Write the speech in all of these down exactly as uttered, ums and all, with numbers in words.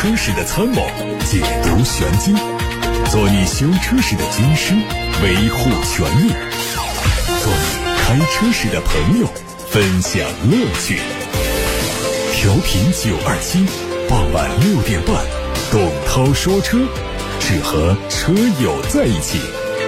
车时的参谋，解读玄机，做你修车时的军师，维护权益，做你开车时的朋友，分享乐趣。调频九二七，傍晚六点半，董涛说车，只和车友在一起。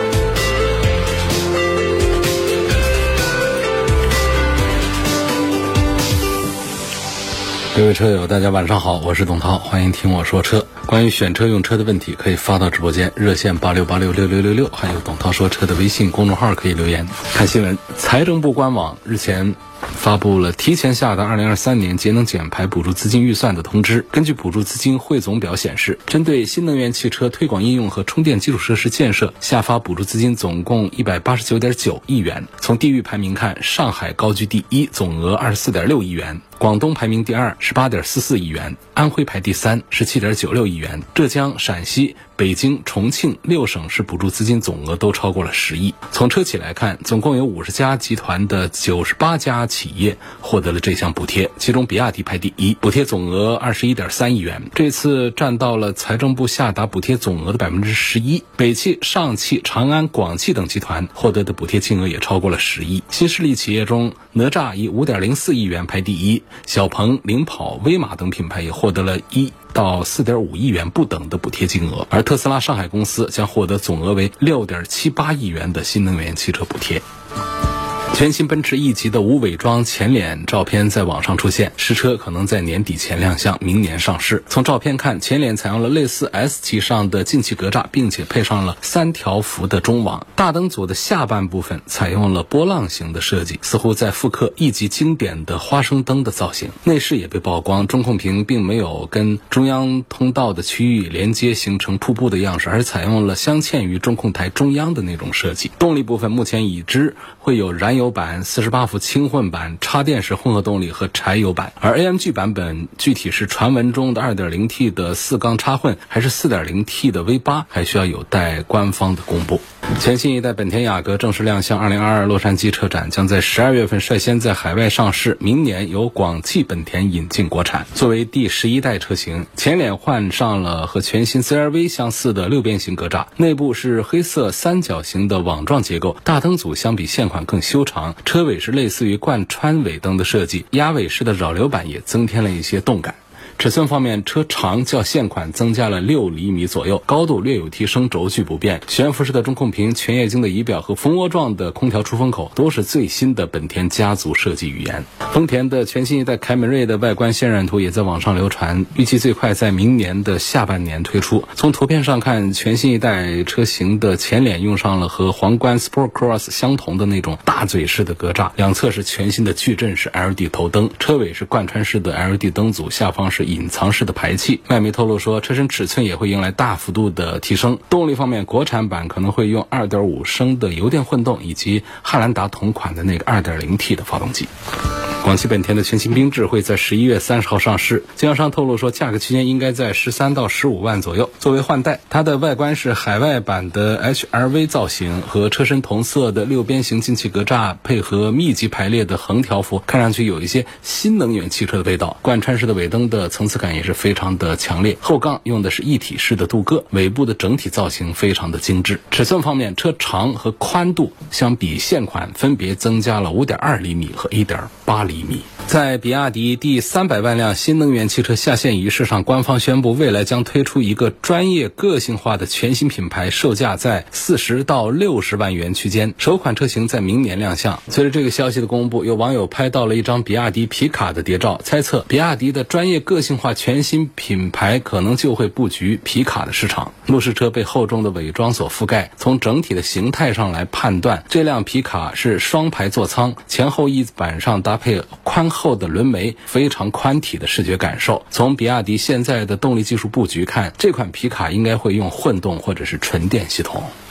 各位车友大家晚上好，我是董涛，欢迎听我说车。关于选车用车的问题可以发到直播间，热线八六八六六六六六，还有董涛说车的微信公众号可以留言。看新闻，财政部官网日前发布了提前下达二零二三年节能减排补助资金预算的通知。根据补助资金汇总表显示，针对新能源汽车推广应用和充电基础设施建设下发补助资金总共一百八十九点九亿元。从地域排名看，上海高居第一，总额二十四点六亿元。广东排名第二，十八点四四亿元；安徽排第三，十七点九六亿元；浙江、陕西、北京、重庆六省市补助资金总额都超过了十亿。从车企来看，总共有五十家集团的九十八家企业获得了这项补贴，其中比亚迪排第一，补贴总额二十一点三亿元，这次占到了财政部下达补贴总额的百分之十一。北汽、上汽、长安、广汽等集团获得的补贴金额也超过了十亿。新势力企业中，哪吒以五点零四亿元排第一，小鹏、领跑、威马等品牌也获得了一到四点五亿元不等的补贴金额，而特斯拉上海公司将获得总额为六点七八亿元的新能源汽车补贴。全新奔驰 E 级的无伪装前脸照片在网上出现，实车可能在年底前亮相，明年上市。从照片看，前脸采用了类似 S 级上的进气格栅，并且配上了三条幅的中网。大灯组的下半部分采用了波浪形的设计，似乎在复刻 E 级经典的花生灯的造型。内饰也被曝光，中控屏并没有跟中央通道的区域连接形成瀑布的样式，而采用了镶嵌于中控台中央的那种设计。动力部分目前已知会有燃油版、四十八伏轻混版、插电式混合动力和柴油版，而 A M G 版本具体是传闻中的 二点零 T 的四缸插混还是 四点零 T 的 V 八， 还需要有待官方的公布。全新一代本田雅阁正式亮相二零二二洛杉矶车展，将在十二月份率先在海外上市，明年由广汽本田引进国产。作为第十一代车型，前脸换上了和全新 C R V 相似的六边形格栅，内部是黑色三角形的网状结构，大灯组相比现款更修长，车尾是类似于贯穿尾灯的设计，压尾式的扰流板也增添了一些动感。尺寸方面，车长较现款增加了六厘米左右，高度略有提升，轴距不变。悬浮式的中控屏、全液晶的仪表和蜂窝状的空调出风口都是最新的本田家族设计语言。丰田的全新一代凯美瑞的外观渲染图也在网上流传，预计最快在明年的下半年推出。从图片上看，全新一代车型的前脸用上了和皇冠 Sport Cross 相同的那种大嘴式的格栅，两侧是全新的矩阵式 L E D 头灯，车尾是贯穿式的 L E D 灯组，下方是隐藏式的排气。外媒透露说，车身尺寸也会迎来大幅度的提升。动力方面，国产版可能会用 二点五升的油电混动，以及汉兰达同款的那个 二点零 T 的发动机。广汽本田的全新缤智会在十一月三十号上市，经销商透露说，价格区间应该在十三到十五万左右。作为换代，它的外观是海外版的 H R V 造型，和车身同色的六边形进气格栅配合密集排列的横条幅，看上去有一些新能源汽车的味道。贯穿式的尾灯的层次感也是非常的强烈，后杠用的是一体式的镀铬，尾部的整体造型非常的精致。尺寸方面，车长和宽度相比现款分别增加了 五点二厘米和 一点八厘米。在比亚迪第三百万辆新能源汽车下线仪式上，官方宣布未来将推出一个专业个性化的全新品牌，售价在四十到六十万元区间，首款车型在明年亮相。随着这个消息的公布，有网友拍到了一张比亚迪皮卡的谍照，猜测比亚迪的专业个性化全新品牌可能就会布局皮卡的市场。路试车被厚重的伪装所覆盖，从整体的形态上来判断，这辆皮卡是双排座舱，前后翼板上搭配宽厚的轮眉，非常宽体的视觉感受。从比亚迪现在的动力技术布局看，这款皮卡应该会用混动或者是纯电系统。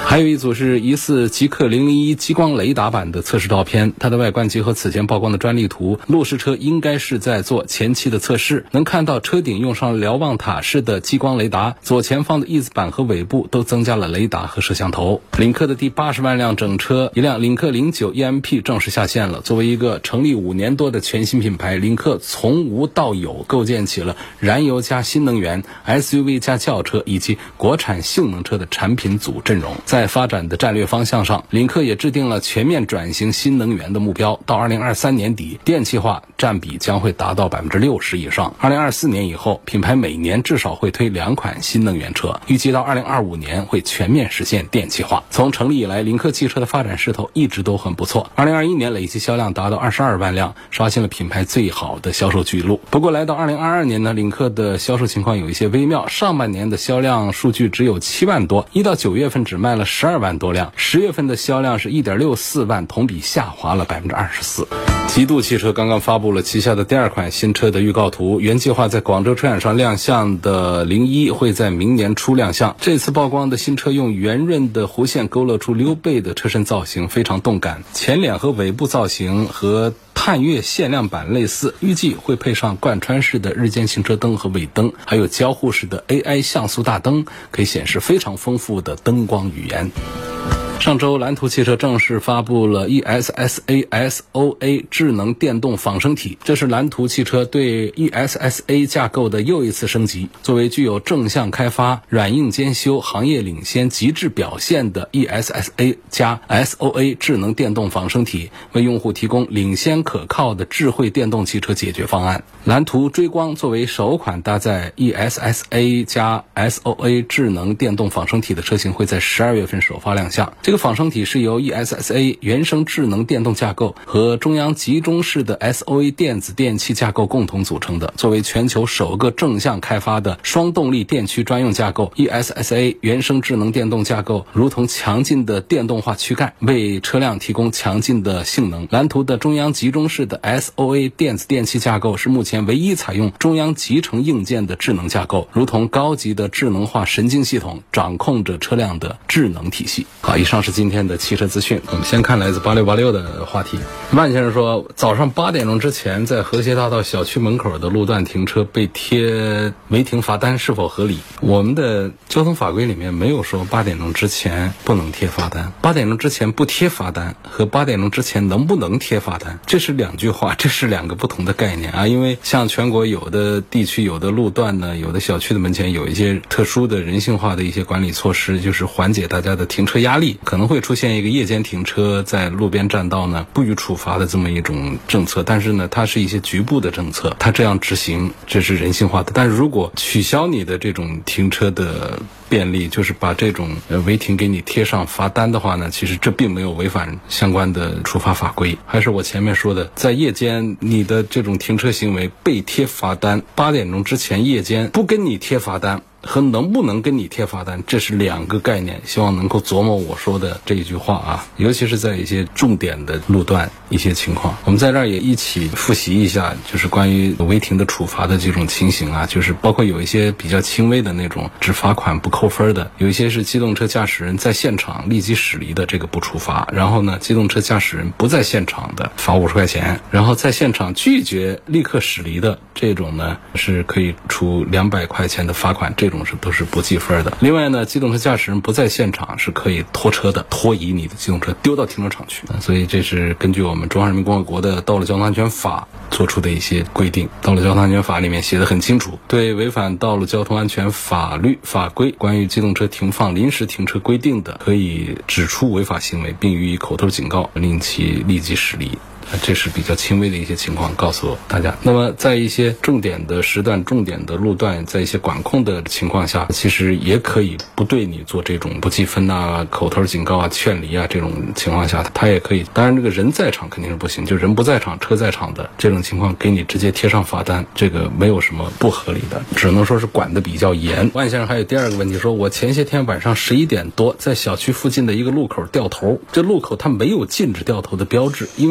还有一组是疑似极氪零零一激光雷达版的测试照片，它的外观结合此前曝光的专利图，路试车应该是在做前期的测试。能看到车顶用上瞭望塔式的激光雷达，左前方的翼子板和尾部都增加了雷达和摄像头。领克的第八十万辆整车，一辆领克零九 E M P 正式下线了。作为一个成立五年多的全新品牌，领克从无到有构建起了燃油加新能源、S U V 加轿车以及国产性能车的产品组阵容。在发展的战略方向上，领克也制定了全面转型新能源的目标，到二零二三年底，电气化占比将会达到百分之六十以上。二零二四年以后，品牌每年至少会推两款新能源车，预计到二零二五年会全面实现电气化。从成立以来，领克汽车的发展势头一直都很不错。二零二一年累计销量达到二十二万辆，刷新了品牌最好的销售记录。不过来到二零二二年呢，领克的销售情况有一些微妙，上半年的销量数据只有七万多，一到九月份只卖了十二万多辆，十月份的销量是一点六四万，同比下滑了百分之二十四。极度汽车刚刚发布了旗下的第二款新车的预告图，原计划在广州车展上亮相的零一会在明年初亮相。这次曝光的新车用圆润的弧线勾勒出溜背的车身造型，非常动感。前脸和尾部造型和探岳限量版类似，预计会配上贯穿式的日间行车灯和尾灯，还有交互式的 A I 像素大灯，可以显示非常丰富的灯光语言。上周蓝图汽车正式发布了 E S S A S O A 智能电动仿生体，这是蓝图汽车对 E S S A 架构的又一次升级。作为具有正向开发、软硬兼修、行业领先极致表现的 E S S A 加 S O A 智能电动仿生体，为用户提供领先可靠的智慧电动汽车解决方案。蓝图追光作为首款搭载 E S S A 加 S O A 智能电动仿生体的车型，会在十二月份首发亮相。这个仿生体是由 E S S A 原生智能电动架构和中央集中式的 S O A 电子电器架构共同组成的。作为全球首个正向开发的双动力电驱专用架构， E S S A 原生智能电动架构如同强劲的电动化躯干，为车辆提供强劲的性能。蓝图的中央集中式的 S O A 电子电器架构是目前唯一采用中央集成硬件的智能架构，如同高级的智能化神经系统，掌控着车辆的智能体系。好，以上是今天的汽车资讯。我们先看来自八六八六的话题。万先生说，早上八点钟之前在和谐大道小区门口的路段停车被贴违停罚单是否合理？我们的交通法规里面没有说八点钟之前不能贴罚单，八点钟之前不贴罚单和八点钟之前能不能贴罚单，这是两句话，这是两个不同的概念啊。因为像全国有的地区有的路段呢，有的小区的门前有一些特殊的人性化的一些管理措施，就是缓解大家的停车压力，可能会出现一个夜间停车在路边占道呢不予处罚的这么一种政策，但是呢它是一些局部的政策，它这样执行这是人性化的。但是如果取消你的这种停车的便利，就是把这种呃违停给你贴上罚单的话呢，其实这并没有违反相关的处罚法规。还是我前面说的，在夜间你的这种停车行为被贴罚单，八点钟之前夜间不跟你贴罚单和能不能跟你贴罚单，这是两个概念，希望能够琢磨我说的这一句话啊，尤其是在一些重点的路段一些情况。我们在这儿也一起复习一下，就是关于违停的处罚的这种情形啊，就是包括有一些比较轻微的那种只罚款不扣分的，有一些是机动车驾驶人在现场立即驶离的，这个不处罚，然后呢机动车驾驶人不在现场的罚五十块钱，然后在现场拒绝立刻驶离的这种呢是可以处两百块钱的罚款，这种是都是不计分的。另外呢，机动车驾驶人不在现场是可以拖车的，拖移你的机动车丢到停车场去。所以这是根据我们中华人民共和国的道路交通安全法做出的一些规定。道路交通安全法里面写得很清楚，对违反道路交通安全法律法规关于机动车停放临时停车规定的，可以指出违法行为并予以口头警告，令其立即驶离。这是比较轻微的一些情况告诉大家。那么在一些重点的时段、重点的路段，在一些管控的情况下，其实也可以不对你做这种不记分啊、口头警告啊、劝离啊，这种情况下他也可以，当然这个人在场肯定是不行，就人不在场车在场的这种情况给你直接贴上罚单，这个没有什么不合理的，只能说是管得比较严。万先生还有第二个问题，说我前些天晚上十一点多在小区附近的一个路口掉头，这路口它没有禁止掉头的标志，因为左边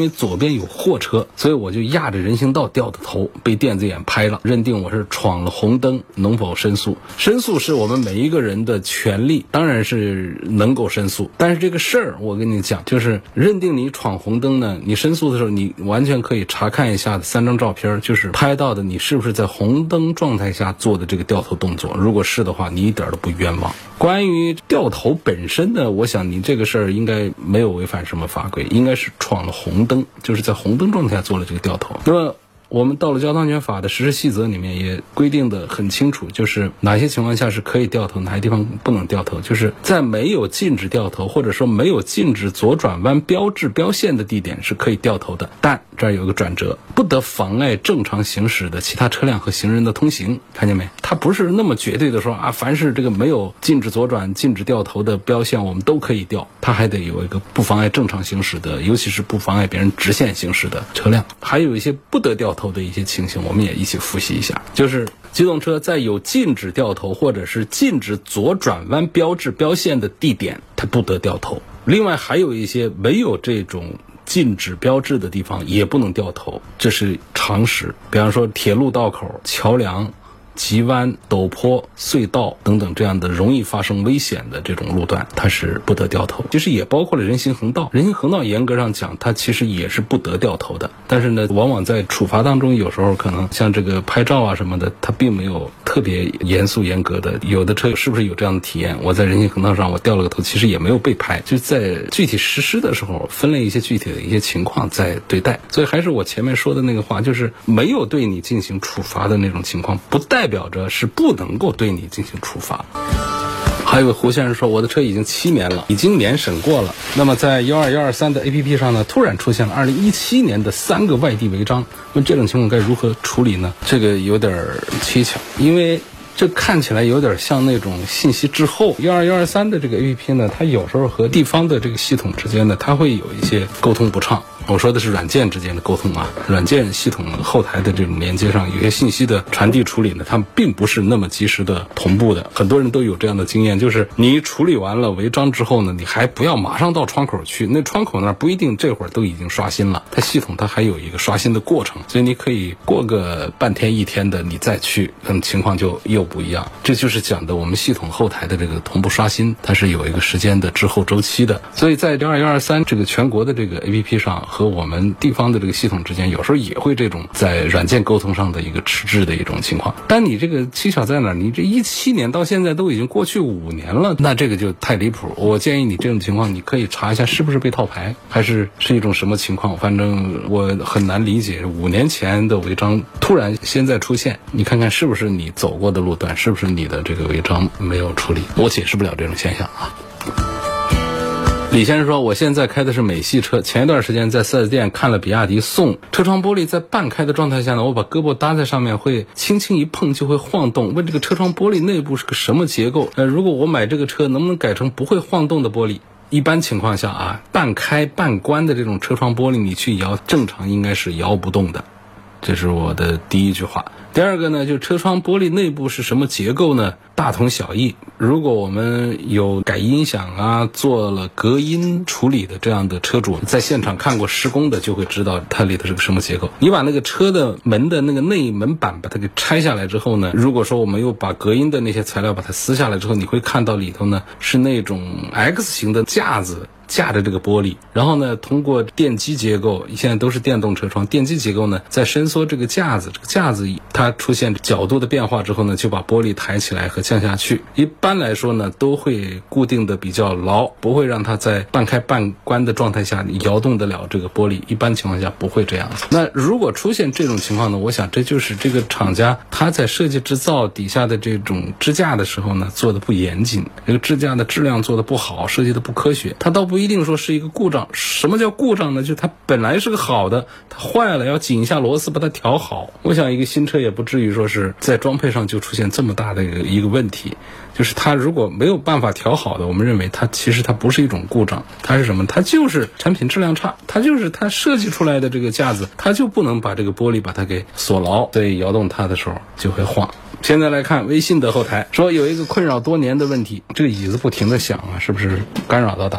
边有货车，所以我就压着人行道掉的头，被电子眼拍了，认定我是闯了红灯，能否申诉？申诉是我们每一个人的权利，当然是能够申诉，但是这个事儿我跟你讲，就是认定你闯红灯呢，你申诉的时候你完全可以查看一下三张照片，就是拍到的你是不是在红灯状态下做的这个掉头动作，如果是的话，你一点都不冤枉。关于掉头本身呢，我想你这个事儿应该没有违反什么法规，应该是闯了红灯，就是在红灯状态下做了这个掉头。那么我们到了交通安全法的实施细则里面也规定的很清楚，就是哪些情况下是可以掉头，哪些地方不能掉头，就是在没有禁止掉头或者说没有禁止左转弯标志标线的地点是可以掉头的，但这儿有个转折，不得妨碍正常行驶的其他车辆和行人的通行。看见没？它不是那么绝对的说啊，凡是这个没有禁止左转禁止掉头的标线我们都可以掉，它还得有一个不妨碍正常行驶的，尤其是不妨碍别人直线行驶的车辆。还有一些不得掉头的一些情形，我们也一起复习一下，就是机动车在有禁止掉头或者是禁止左转弯标志标线的地点它不得掉头。另外还有一些没有这种禁止标志的地方也不能掉头，这是常识。比方说铁路道口、桥梁、急弯、陡坡、隧道等等这样的容易发生危险的这种路段，它是不得掉头。其实也包括了人行横道，人行横道严格上讲它其实也是不得掉头的，但是呢往往在处罚当中有时候可能像这个拍照啊什么的，它并没有特别严肃严格的。有的车是不是有这样的体验，我在人行横道上我掉了个头，其实也没有被拍，就在具体实施的时候分类一些具体的一些情况在对待。所以还是我前面说的那个话，就是没有对你进行处罚的那种情况，不代表着是不能够对你进行处罚。还有胡先生说，我的车已经七年了，已经年审过了。那么在一二一二三的 A P P 上呢，突然出现了二零一七年的三个外地违章，问这种情况该如何处理呢？这个有点蹊跷，因为这看起来有点像那种信息滞后。一二一二三的这个 A P P 呢，它有时候和地方的这个系统之间呢，它会有一些沟通不畅。我说的是软件之间的沟通啊，软件系统后台的这种连接上，有些信息的传递处理呢，它们并不是那么及时的同步的。很多人都有这样的经验，就是你处理完了违章之后呢，你还不要马上到窗口去，那窗口那不一定这会儿都已经刷新了，它系统它还有一个刷新的过程，所以你可以过个半天一天的你再去，可能情况就又不一样。这就是讲的我们系统后台的这个同步刷新，它是有一个时间的滞后周期的。所以在一二一二三这个全国的这个 A P P 上和我们地方的这个系统之间，有时候也会这种在软件沟通上的一个迟滞的一种情况。但你这个蹊跷在哪儿？你这一七年到现在都已经过去五年了，那这个就太离谱。我建议你这种情况，你可以查一下是不是被套牌，还是是一种什么情况。反正我很难理解，五年前的违章突然现在出现，你看看是不是你走过的路段，是不是你的这个违章没有处理。我解释不了这种现象啊。李先生说，我现在开的是美系车，前一段时间在四 S 店看了比亚迪宋，车窗玻璃在半开的状态下呢，我把胳膊搭在上面会轻轻一碰就会晃动，问这个车窗玻璃内部是个什么结构？呃，如果我买这个车能不能改成不会晃动的玻璃？一般情况下啊，半开半关的这种车窗玻璃你去摇，正常应该是摇不动的，这是我的第一句话。第二个呢，就车窗玻璃内部是什么结构呢？大同小异。如果我们有改音响啊，做了隔音处理的这样的车主，在现场看过施工的就会知道它里头是个什么结构。你把那个车的门的那个内门板把它给拆下来之后呢，如果说我们又把隔音的那些材料把它撕下来之后，你会看到里头呢是那种 X 型的架子架着这个玻璃，然后呢通过电机结构，现在都是电动车窗，电机结构呢在伸缩这个架子，这个架子它出现角度的变化之后呢，就把玻璃抬起来和降下去。一般来说呢都会固定的比较牢，不会让它在半开半关的状态下你摇动得了这个玻璃，一般情况下不会这样子。那如果出现这种情况呢，我想这就是这个厂家他在设计制造底下的这种支架的时候呢做的不严谨，这个支架的质量做的不好，设计的不科学。它倒不一定说是一个故障。什么叫故障呢？就它本来是个好的，它坏了要紧一下螺丝把它调好。我想一个新车也不至于说是在装配上就出现这么大的一个问题，就是它如果没有办法调好的，我们认为它其实它不是一种故障，它是什么？它就是产品质量差，它就是它设计出来的这个架子，它就不能把这个玻璃把它给锁牢，所以摇动它的时候就会晃。现在来看微信的后台，说有一个困扰多年的问题，这个椅子不停的响啊，是不是干扰到大家了？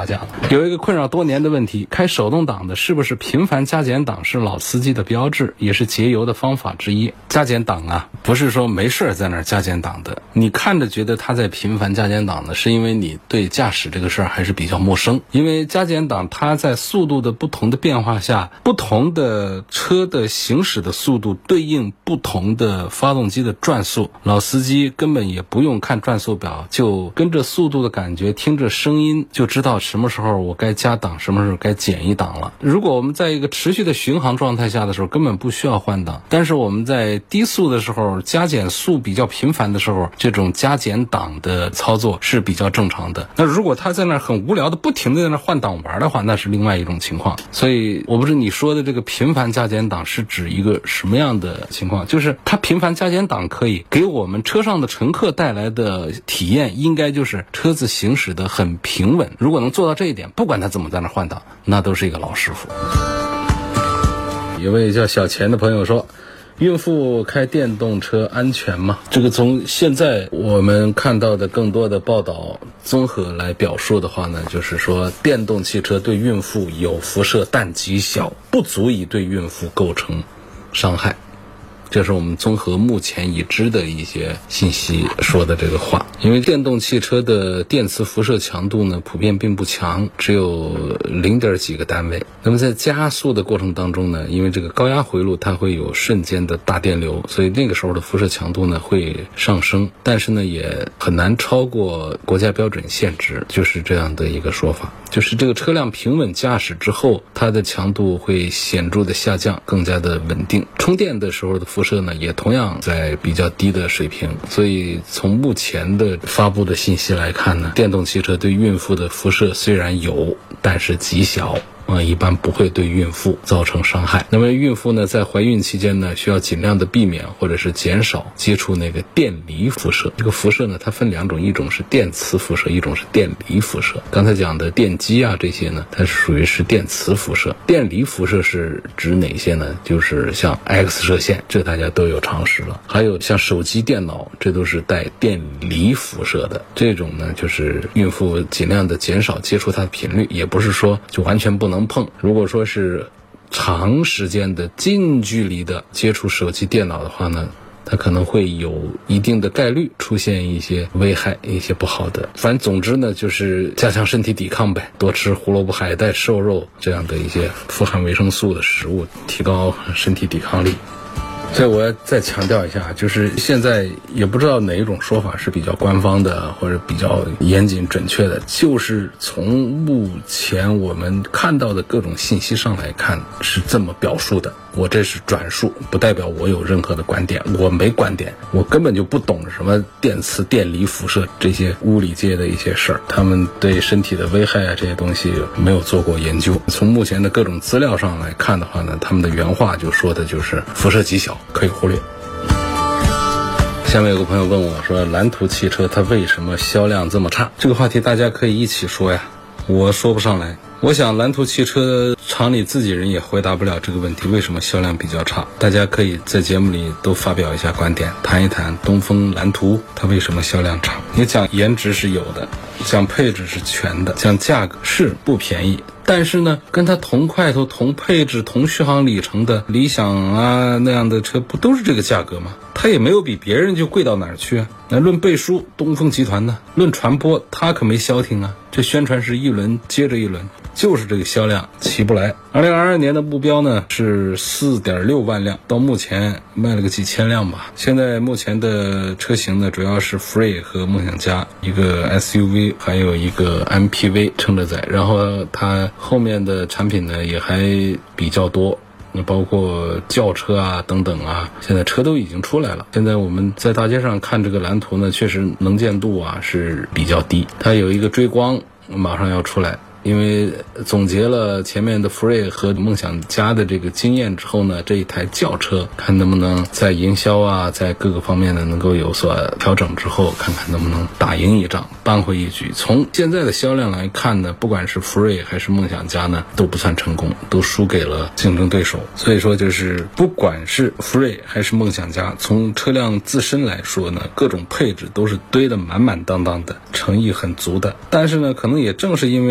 有一个困扰多年的问题，开手动挡的是不是频繁加减档是老司机的标志，也是节油的方法之一？加减档啊，不是说没事在那儿加减档的。你看着觉得他在频繁加减档呢，是因为你对驾驶这个事儿还是比较陌生。因为加减档它在速度的不同的变化下，不同的车的行驶的速度对应不同的发动机的转速，老司机根本也不用看转速表，就跟着速度的感觉，听着声音就知道什么时候我该加档，什么时候该减一档了。如果我们在一个持续的巡航状态下的时候，根本不需要换挡，但是我们在低速的时候，加减速比较频繁的时候，这种加减档的操作是比较正常的。那如果他在那很无聊的不停的在那换挡玩的话，那是另外一种情况。所以我不知道你说的这个频繁加减档是指一个什么样的情况，就是他频繁加减档可以给我们车上的乘客带来的体验，应该就是车子行驶的很平稳。如果能做到这一点，不管他怎么在那换挡，那都是一个老师傅。有位叫小钱的朋友说，孕妇开电动车安全吗？这个从现在我们看到的更多的报道综合来表述的话呢，就是说电动汽车对孕妇有辐射，但极小，不足以对孕妇构成伤害。这是我们综合目前已知的一些信息说的这个话。因为电动汽车的电磁辐射强度呢普遍并不强，只有零点几个单位。那么在加速的过程当中呢，因为这个高压回路它会有瞬间的大电流，所以那个时候的辐射强度呢会上升，但是呢也很难超过国家标准限值，就是这样的一个说法。就是这个车辆平稳驾驶之后，它的强度会显著的下降，更加的稳定。充电的时候的辐射呢也同样在比较低的水平。所以从目前的发布的信息来看呢，电动汽车对孕妇的辐射虽然有，但是极小，呃，一般不会对孕妇造成伤害。那么孕妇呢，在怀孕期间呢，需要尽量的避免或者是减少接触那个电离辐射。这个辐射呢，它分两种，一种是电磁辐射，一种是电离辐射。刚才讲的电机啊这些呢，它属于是电磁辐射。电离辐射是指哪些呢？就是像 X 射线，这大家都有常识了。还有像手机、电脑，这都是带电离辐射的。这种呢，就是孕妇尽量的减少接触它的频率，也不是说就完全不能能碰。如果说是长时间的近距离的接触手机电脑的话呢，它可能会有一定的概率出现一些危害，一些不好的。反正总之呢，就是加强身体抵抗呗，多吃胡萝卜、海带、瘦肉这样的一些富含维生素的食物，提高身体抵抗力。所以我要再强调一下，就是现在也不知道哪一种说法是比较官方的或者比较严谨准确的，就是从目前我们看到的各种信息上来看是这么表述的。我这是转述，不代表我有任何的观点，我没观点，我根本就不懂什么电磁、电离辐射这些物理界的一些事儿，他们对身体的危害啊这些东西没有做过研究。从目前的各种资料上来看的话呢，他们的原话就说的就是辐射极小，可以忽略。下面有个朋友问我说，蓝图汽车它为什么销量这么差？这个话题大家可以一起说呀，我说不上来。我想蓝图汽车厂里自己人也回答不了这个问题，为什么销量比较差？大家可以在节目里都发表一下观点，谈一谈东风蓝图它为什么销量差。你讲颜值是有的，讲配置是全的，讲价格是不便宜，但是呢，跟它同块头、同配置、同续航里程的理想啊那样的车，不都是这个价格吗？它也没有比别人就贵到哪儿去啊。那论背书，东风集团呢；论传播，它可没消停啊。这宣传是一轮接着一轮，就是这个销量起不来。二零二二年的目标呢是 四点六万辆，到目前卖了个几千辆吧。现在目前的车型呢主要是 Free 和梦想家，一个 S U V 还有一个 M P V 撑着载，然后它后面的产品呢也还比较多，那包括轿车啊等等啊，现在车都已经出来了。现在我们在大街上看这个蓝图呢，确实能见度啊是比较低。它有一个追光马上要出来，因为总结了前面的 Free 和梦想家的这个经验之后呢，这一台轿车看能不能在营销啊，在各个方面呢能够有所调整之后，看看能不能打赢一仗，扳回一局。从现在的销量来看呢，不管是 Free 还是梦想家呢，都不算成功，都输给了竞争对手。所以说就是不管是 Free 还是梦想家，从车辆自身来说呢，各种配置都是堆得满满当当的，诚意很足的。但是呢，可能也正是因为它过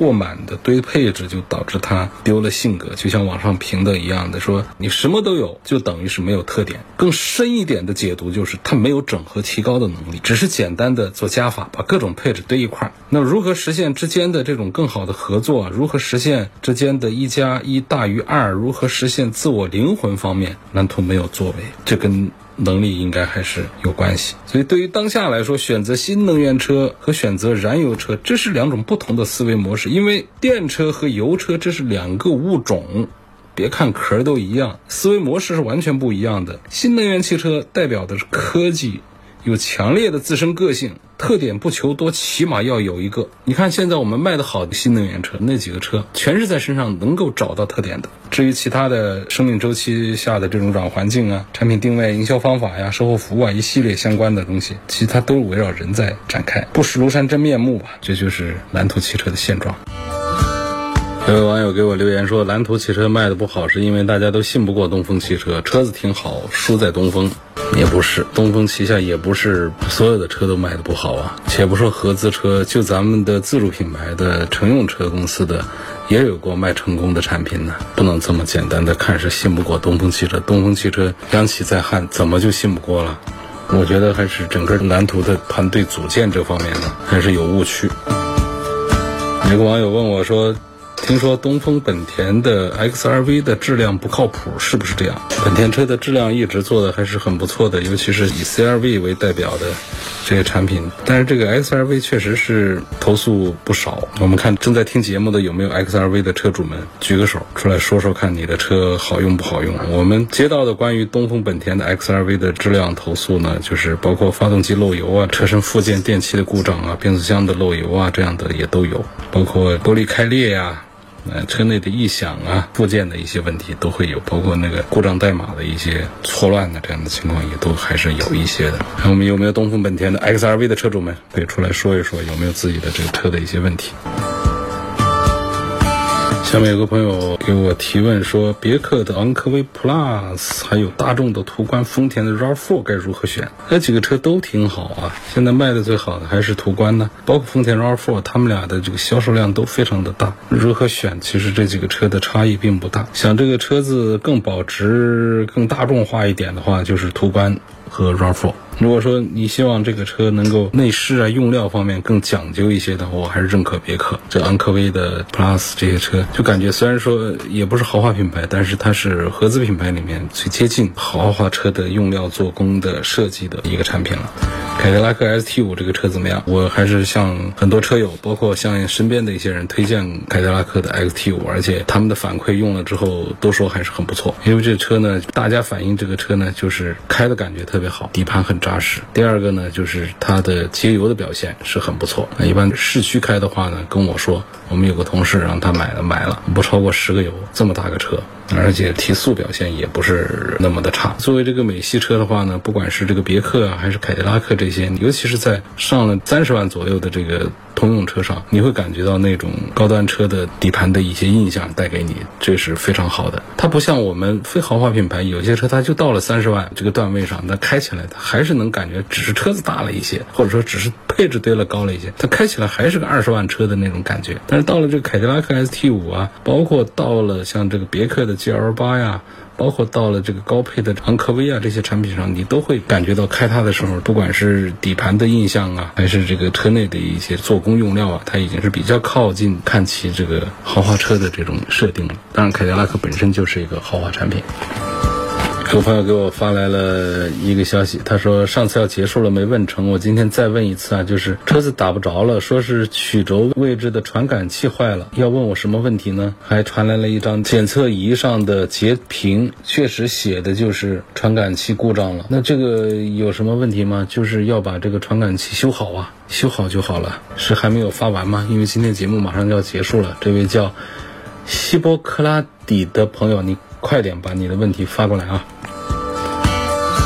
过满的堆配置，就导致它丢了性格。就像网上评的一样的，说你什么都有，就等于是没有特点。更深一点的解读就是它没有整合提高的能力，只是简单的做加法，把各种配置堆一块。那如何实现之间的这种更好的合作，如何实现之间的一加一大于二，如何实现自我灵魂方面，蓝图没有作为，这跟能力应该还是有关系。所以对于当下来说，选择新能源车和选择燃油车，这是两种不同的思维模式。因为电车和油车这是两个物种，别看壳都一样，思维模式是完全不一样的。新能源汽车代表的是科技，有强烈的自身个性，特点不求多，起码要有一个。你看现在我们卖的好的新能源车，那几个车全是在身上能够找到特点的。至于其他的生命周期下的这种软环境啊、产品定位、营销方法呀、售后服务啊，一系列相关的东西，其实它都是围绕人在展开，不识庐山真面目吧。这就是蓝图汽车的现状。有位网友给我留言说，蓝图汽车卖的不好是因为大家都信不过东风汽车，车子挺好，输在东风。也不是，东风旗下也不是所有的车都卖的不好啊。且不说合资车，就咱们的自主品牌的乘用车公司的也有过卖成功的产品呢，不能这么简单的看是信不过东风汽车。东风汽车央企在汉，怎么就信不过了？我觉得还是整个蓝图的团队组建这方面呢，还是有误区。有个网友问我说，听说东风本田的 X R V 的质量不靠谱，是不是这样？本田车的质量一直做的还是很不错的，尤其是以 C R V 为代表的这些产品。但是这个 X R V 确实是投诉不少。我们看正在听节目的有没有 X R V 的车主们举个手出来说说看，你的车好用不好用？我们接到的关于东风本田的 X R V 的质量投诉呢，就是包括发动机漏油啊、车身附件电器的故障啊、变速箱的漏油啊，这样的也都有，包括玻璃开裂啊、呃，车内的异响啊，附件的一些问题都会有，包括那个故障代码的一些错乱的这样的情况也都还是有一些的。我们有没有东风本田的 X R V 的车主们可以出来说一说，有没有自己的这个车的一些问题？下面有个朋友给我提问说，别克的昂科威 Plus 还有大众的途观、丰田的 R A V 四 该如何选？这几个车都挺好啊，现在卖的最好的还是途观呢，包括丰田 R A V 四， 他们俩的这个销售量都非常的大。如何选？其实这几个车的差异并不大。想这个车子更保值、更大众化一点的话，就是途观和 R A V 四。如果说你希望这个车能够内饰啊、用料方面更讲究一些的话，我还是认可别克。这昂科威的 Plus 这些车，就感觉虽然说也不是豪华品牌，但是它是合资品牌里面最接近豪华车的用料、做工的设计的一个产品了。凯迪拉克 S T 五 这个车怎么样？我还是向很多车友，包括向身边的一些人推荐凯迪拉克的 X T 五， 而且他们的反馈用了之后都说还是很不错。因为这车呢，大家反映这个车呢，就是开的感觉特别好，底盘很扎实。第二个呢，就是它的节油的表现是很不错。一般市区开的话呢，跟我说，我们有个同事让他买了，买了不超过十个油，这么大个车。而且提速表现也不是那么的差。作为这个美系车的话呢，不管是这个别克啊，还是凯迪拉克这些，尤其是在上了三十万左右的这个通用车上，你会感觉到那种高端车的底盘的一些印象带给你，这是非常好的。它不像我们非豪华品牌，有些车它就到了三十万这个段位上，那开起来它还是能感觉只是车子大了一些，或者说只是配置堆了高了一些，它开起来还是个二十万车的那种感觉。但是到了这个凯迪拉克 S T 五 啊，包括到了像这个别克的 G L 八 呀，包括到了这个高配的昂科威啊这些产品上，你都会感觉到开它的时候，不管是底盘的印象啊，还是这个车内的一些做工用料啊，它已经是比较靠近看齐这个豪华车的这种设定了。当然凯迪拉克本身就是一个豪华产品。有朋友给我发来了一个消息，他说上次要结束了没问成，我今天再问一次啊，就是车子打不着了，说是曲轴位置的传感器坏了，要问我什么问题呢？还传来了一张检测仪上的截屏，确实写的就是传感器故障了。那这个有什么问题吗？就是要把这个传感器修好啊，修好就好了。是还没有发完吗？因为今天节目马上就要结束了。这位叫希波克拉底的朋友，你快点把你的问题发过来啊。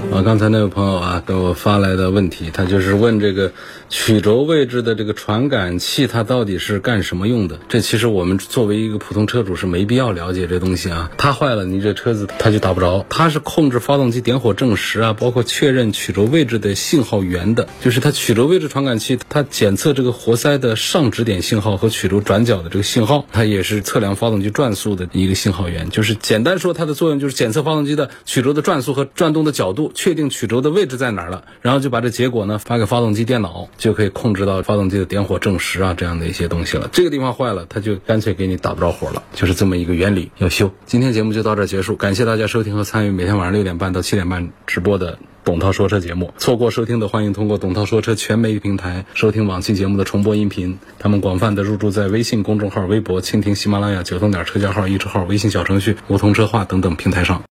啊，刚才那位朋友啊给我发来的问题，他就是问这个曲轴位置的这个传感器它到底是干什么用的。这其实我们作为一个普通车主是没必要了解这东西啊，它坏了你这车子它就打不着。它是控制发动机点火正时啊，包括确认曲轴位置的信号源的，就是它曲轴位置传感器它检测这个活塞的上指点信号和曲轴转角的这个信号，它也是测量发动机转速的一个信号源。就是简单说它的作用就是检测发动机的曲轴的转速和转动的角度，确定曲轴的位置在哪儿了，然后就把这结果呢发给发动机电脑，就可以控制到发动机的点火正时啊这样的一些东西了。这个地方坏了，它就干脆给你打不着火了，就是这么一个原理要修。今天节目就到这儿结束，感谢大家收听和参与每天晚上六点半到七点半直播的董涛说车节目。错过收听的，欢迎通过董涛说车全媒体平台收听往期节目的重播音频。他们广泛的入驻在微信公众号、微博、蜻蜓、喜马拉雅、九头鸟车架号、易车号、微信小程序、梧桐车话等等平台上。